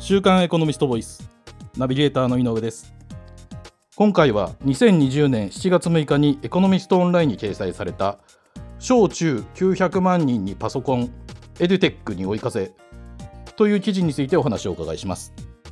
週刊エコノミストボイスナビゲーターの井上です。今回は2020年7月6日にエコノミストオンラインに掲載された小中900万人にパソコンエデュテックに追い風という記事についてお話をお伺いします。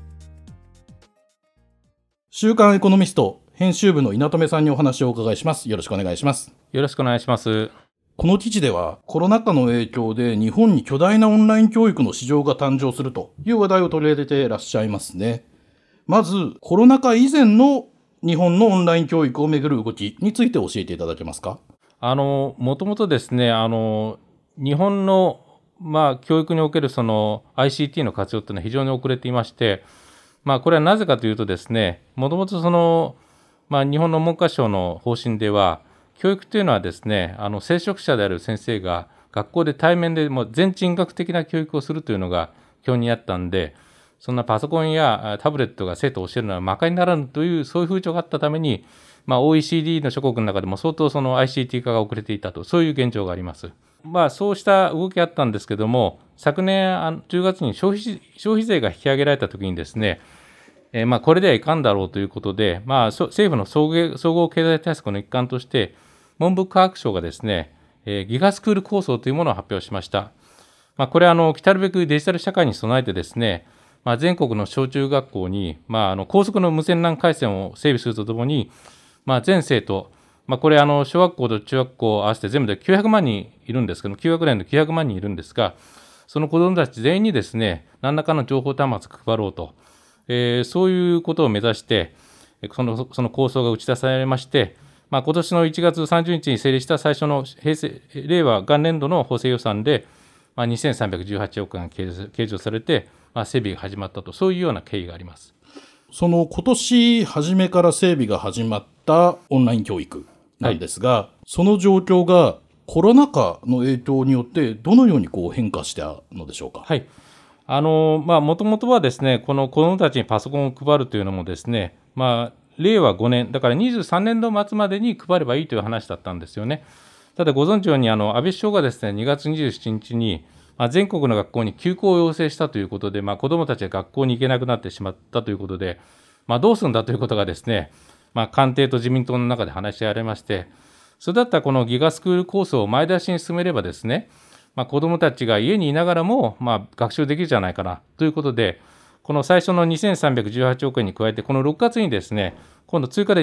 週刊エコノミスト編集部の稲留さんにお話をお伺いします。よろしくお願いします。 よろしくお願いします。 この記事ではコロナ禍の影響で日本に巨大なオンライン教育の市場が誕生するという話題を取り上げていらっしゃいますね。まずコロナ禍以前の日本のオンライン教育をめぐる動きについて教えていただけますか。 もともとですね、日本の、教育におけるその ICT の活用というのは非常に遅れていまして、これはなぜかというとですね、もともとその、日本の文科省の方針では、教育というのはですね、聖職者である先生が学校で対面でもう全人格的な教育をするというのが基本にあったんで、そんなパソコンやタブレットが生徒を教えるのは馬鹿にならぬというそういう風潮があったために、OECD の諸国の中でも相当その ICT 化が遅れていたと、そういう現状があります。そうした動きがあったんですけども、昨年10月に消費税が引き上げられたときにですね、これではいかんだろうということで、政府の総合経済対策の一環として、文部科学省がですね、ギガスクール構想というものを発表しました。これは来たるべくデジタル社会に備えてですね、全国の小中学校に、高速の無線 LAN 回線を整備するとともに、全生徒、これ小学校と中学校合わせて全部で900万人いるんですけど、9学年で900万人いるんですが、その子どもたち全員にですね、何らかの情報端末を配ろうと、そういうことを目指して、その構想が打ち出されまして、今年の1月30日に成立した最初の令和元年度の補正予算で、2318億円が計上されて、整備が始まったと、そういうような経緯があります。 その今年初めから整備が始まったオンライン教育なんですが、その状況がコロナ禍の影響によってどのように変化したのでしょうか。 はい、もともとはですね、この子どもたちにパソコンを配るというのもですね、令和5年、だから23年度末までに配ればいいという話だったんですよね。ただご存知のように安倍首相がですね、2月27日に全国の学校に休校を要請したということで、子どもたちが学校に行けなくなってしまったということで、どうするんだということがですね、官邸と自民党の中で話し合われまして、それだったらこのギガスクール構想を前倒しに進めればですね、子どもたちが家にいながらも学習できるじゃないかなということで、この最初の2318億円に加えて、この6月にですね、今度追加で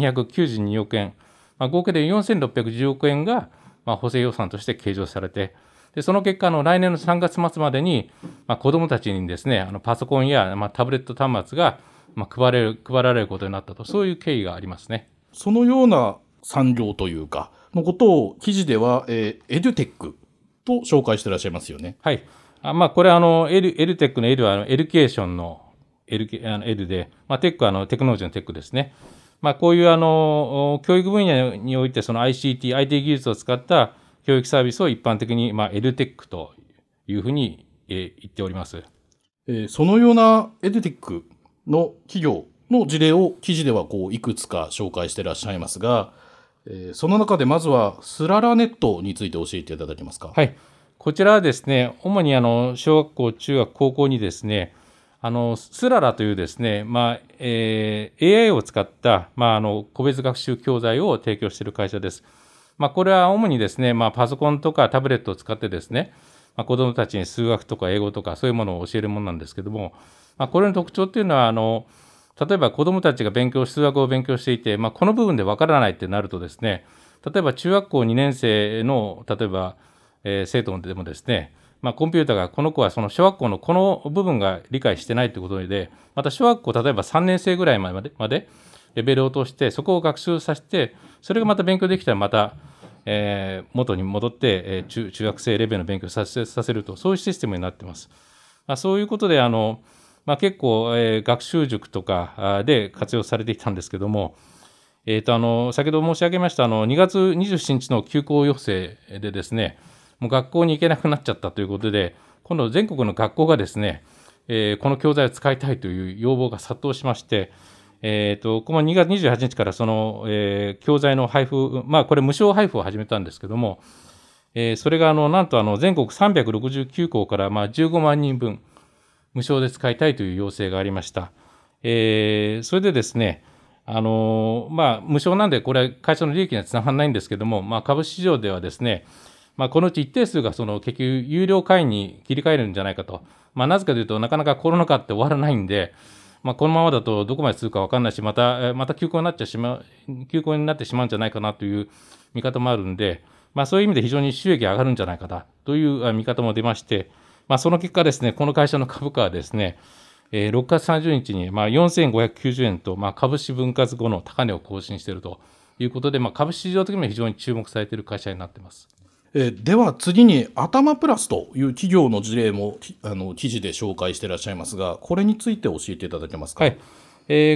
2292億円、合計で4610億円が補正予算として計上されて、でその結果来年の3月末までに子どもたちにですね、パソコンやタブレット端末が配られることになったと、そういう経緯がありますね。 そのような産業というかのことを記事では、エデュテックと紹介していらっしゃいますよね。 はい。これエルテックの L はエデュケーションの L で、テックはテクノロジーのテックですね。こういう教育分野においてその ICT、IT 技術を使った教育サービスを一般的にエルテックというふうに言っております。 そのようなエデュテックの企業の事例を記事ではいくつか紹介していらっしゃいますが、その中でまずはスララネットについて教えていただけますか。 はい。こちらはですね、主に小学校、中学、高校にですね、スララというですね、AI を使った、個別学習教材を提供している会社です。これは主にですね、パソコンとかタブレットを使ってですね、子どもたちに数学とか英語とかそういうものを教えるものなんですけども、これの特徴っていうのは例えば子どもたちが数学を勉強していて、この部分でわからないってなるとですね、例えば中学校2年生の例えば、生徒でもですね、コンピューターがこの子はその小学校のこの部分が理解してないということで、また小学校例えば3年生ぐらいまでレベルを落としてそこを学習させて、それがまた勉強できたらまた、元に戻って、中学生レベルの勉強をさせると、そういうシステムになっています。そういうことで結構、学習塾とかで活用されてきたんですけども、先ほど申し上げました2月27日の休校要請でですね、もう学校に行けなくなっちゃったということで、今度全国の学校がですね、この教材を使いたいという要望が殺到しまして、この2月28日からその、教材の配布、これ無償配布を始めたんですけども、それがなんと全国369校から15万人分、 無償で使いたいという要請がありました。それでですね、無償なんでこれは会社の利益にはつながらないんですけども、株式市場ではですね、このうち一定数が結局有料会員に切り替えるんじゃないかと、なぜかというとなかなかコロナ禍って終わらないんで、このままだとどこまで続くか分からないし、また休校になってしまうんじゃないかなという見方もあるんで、そういう意味で非常に収益が上がるんじゃないかなという見方も出まして、その結果ですね、この会社の株価はですね、6月30日に4590円と、株式分割後の高値を更新しているということで、株式市場的にも非常に注目されている会社になっています。 では次にアタマプラスという企業の事例も記事で紹介していらっしゃいますが、これについて教えていただけますか。 はい、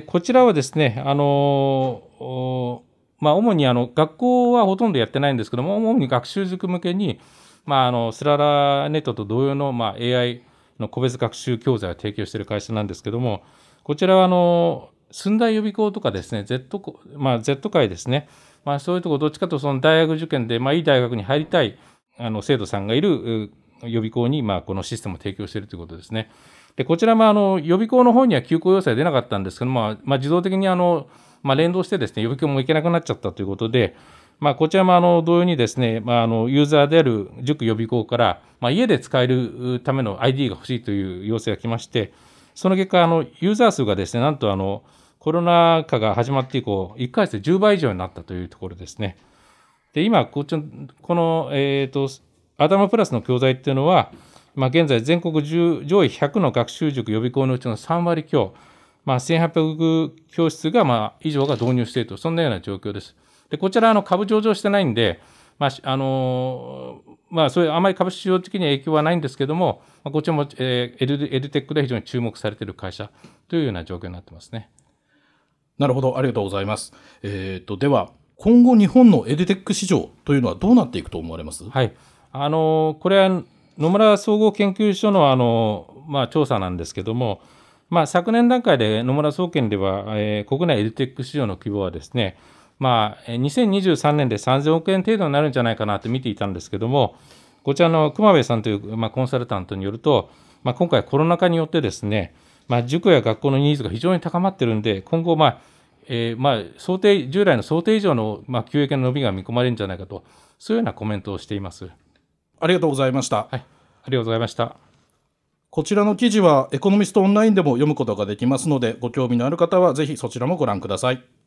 こちらはですね、主に学校はほとんどやってないんですけども、主に学習塾向けに、スララネットと同様の、AI の個別学習教材を提供している会社なんですけども、こちらは駿台予備校とかですね、Z 会ですね、そういうところどっちかというとその大学受験で、いい大学に入りたい生徒さんがいる予備校に、このシステムを提供しているということですね。でこちらも予備校の方には休校要請は出なかったんですけども、自動的に連動してですね、予備校も行けなくなっちゃったということで、こちらも同様にですね、ユーザーである塾予備校から、家で使えるための ID が欲しいという要請が来まして、その結果ユーザー数がですね、なんとコロナ禍が始まって以降、1ヶ月で10倍以上になったというところですね。で今この、アタマプラスの教材っていうのは、現在全国上位100の学習塾予備校のうちの3割強、1800教室が以上が導入していると、そんなような状況です。でこちら株上場してないんで、そういうあまり株式市場的には影響はないんですけども、こちらも、エデュテックで非常に注目されている会社というような状況になってますね。 なるほど、ありがとうございます。では今後日本のエデュテック市場というのはどうなっていくと思われます？ はい、これは野村総合研究所の調査なんですけども、昨年段階で野村総研では、国内エデュテック市場の規模はですね、2023年で3000億円程度になるんじゃないかなと見ていたんですけども、こちらの熊部さんという、コンサルタントによると、今回コロナ禍によってですね、塾や学校のニーズが非常に高まっているんで、今後、従来の想定以上の、急激な伸びが見込まれるんじゃないかと、そういうようなコメントをしています。 ありがとうございました。 はい、ありがとうございました。 こちらの記事はエコノミストオンラインでも読むことができますので、ご興味のある方はぜひそちらもご覧ください。